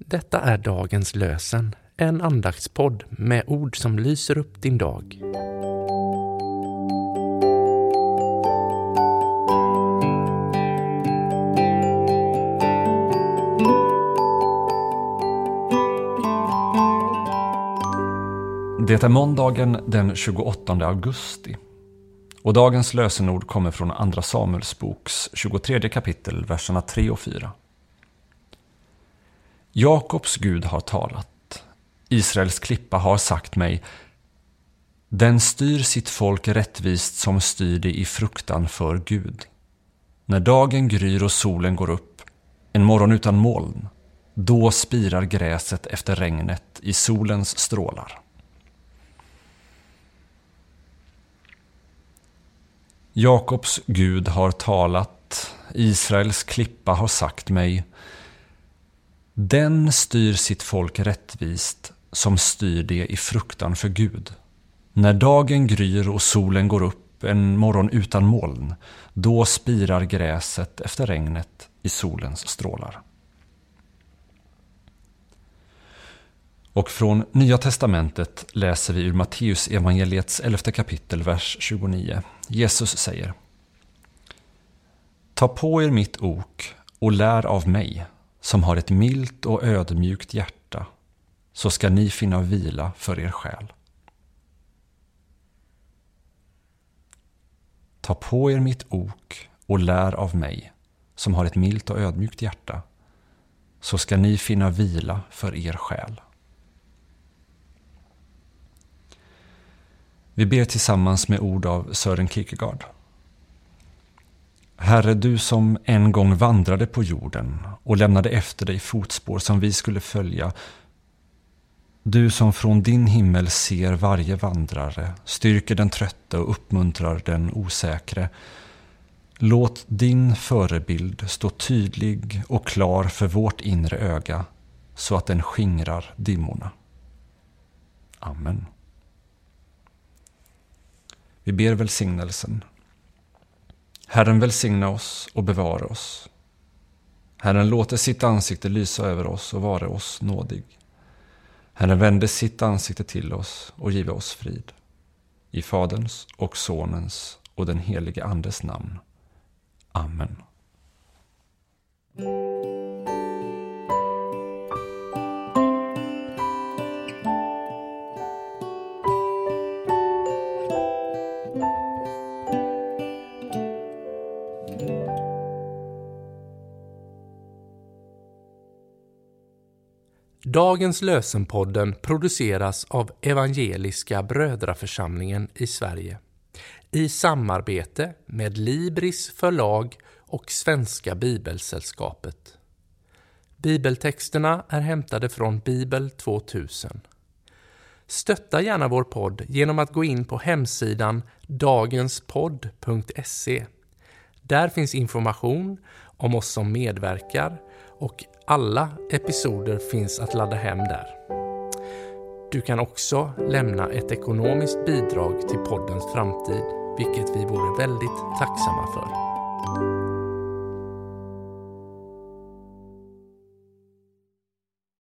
Detta är dagens lösen, en andaktspodd med ord som lyser upp din dag. Det är måndagen den 28 augusti och dagens lösenord kommer från Andra Samuels boks 23 kapitel, verserna 3 och 4. Jakobs Gud har talat. Israels klippa har sagt mig: den styr sitt folk rättvist som styr det i fruktan för Gud. När dagen gryr och solen går upp, en morgon utan moln, då spirar gräset efter regnet i solens strålar. Jakobs Gud har talat, Israels klippa har sagt mig: den styr sitt folk rättvist som styr det i fruktan för Gud. När dagen gryr och solen går upp, en morgon utan moln, då spirar gräset efter regnet i solens strålar. Och från Nya testamentet läser vi ur Matteus evangeliets 11 kapitel, vers 29. Jesus säger: ta på er mitt ok och lär av mig, som har ett milt och ödmjukt hjärta, så ska ni finna vila för er själ. Ta på er mitt ok och lär av mig, som har ett milt och ödmjukt hjärta, så ska ni finna vila för er själ. Vi ber tillsammans med ord av Søren Kierkegaard. Herre, du som en gång vandrade på jorden och lämnade efter dig fotspår som vi skulle följa. Du som från din himmel ser varje vandrare, styrker den trötte och uppmuntrar den osäkre. Låt din förebild stå tydlig och klar för vårt inre öga, så att den skingrar dimmorna. Amen. Vi ber välsignelsen. Herren välsigna oss och bevara oss. Herren låter sitt ansikte lysa över oss och vara oss nådig. Herren vände sitt ansikte till oss och give oss frid. I Faderns och Sonens och den helige Andes namn. Amen. Dagens lösenpodden produceras av Evangeliska Brödraförsamlingen i Sverige i samarbete med Libris förlag och Svenska Bibelsällskapet. Bibeltexterna är hämtade från Bibel 2000. Stötta gärna vår podd genom att gå in på hemsidan dagenspodd.se. Där finns information om oss som medverkar och alla episoder finns att ladda hem där. Du kan också lämna ett ekonomiskt bidrag till poddens framtid, vilket vi vore väldigt tacksamma för.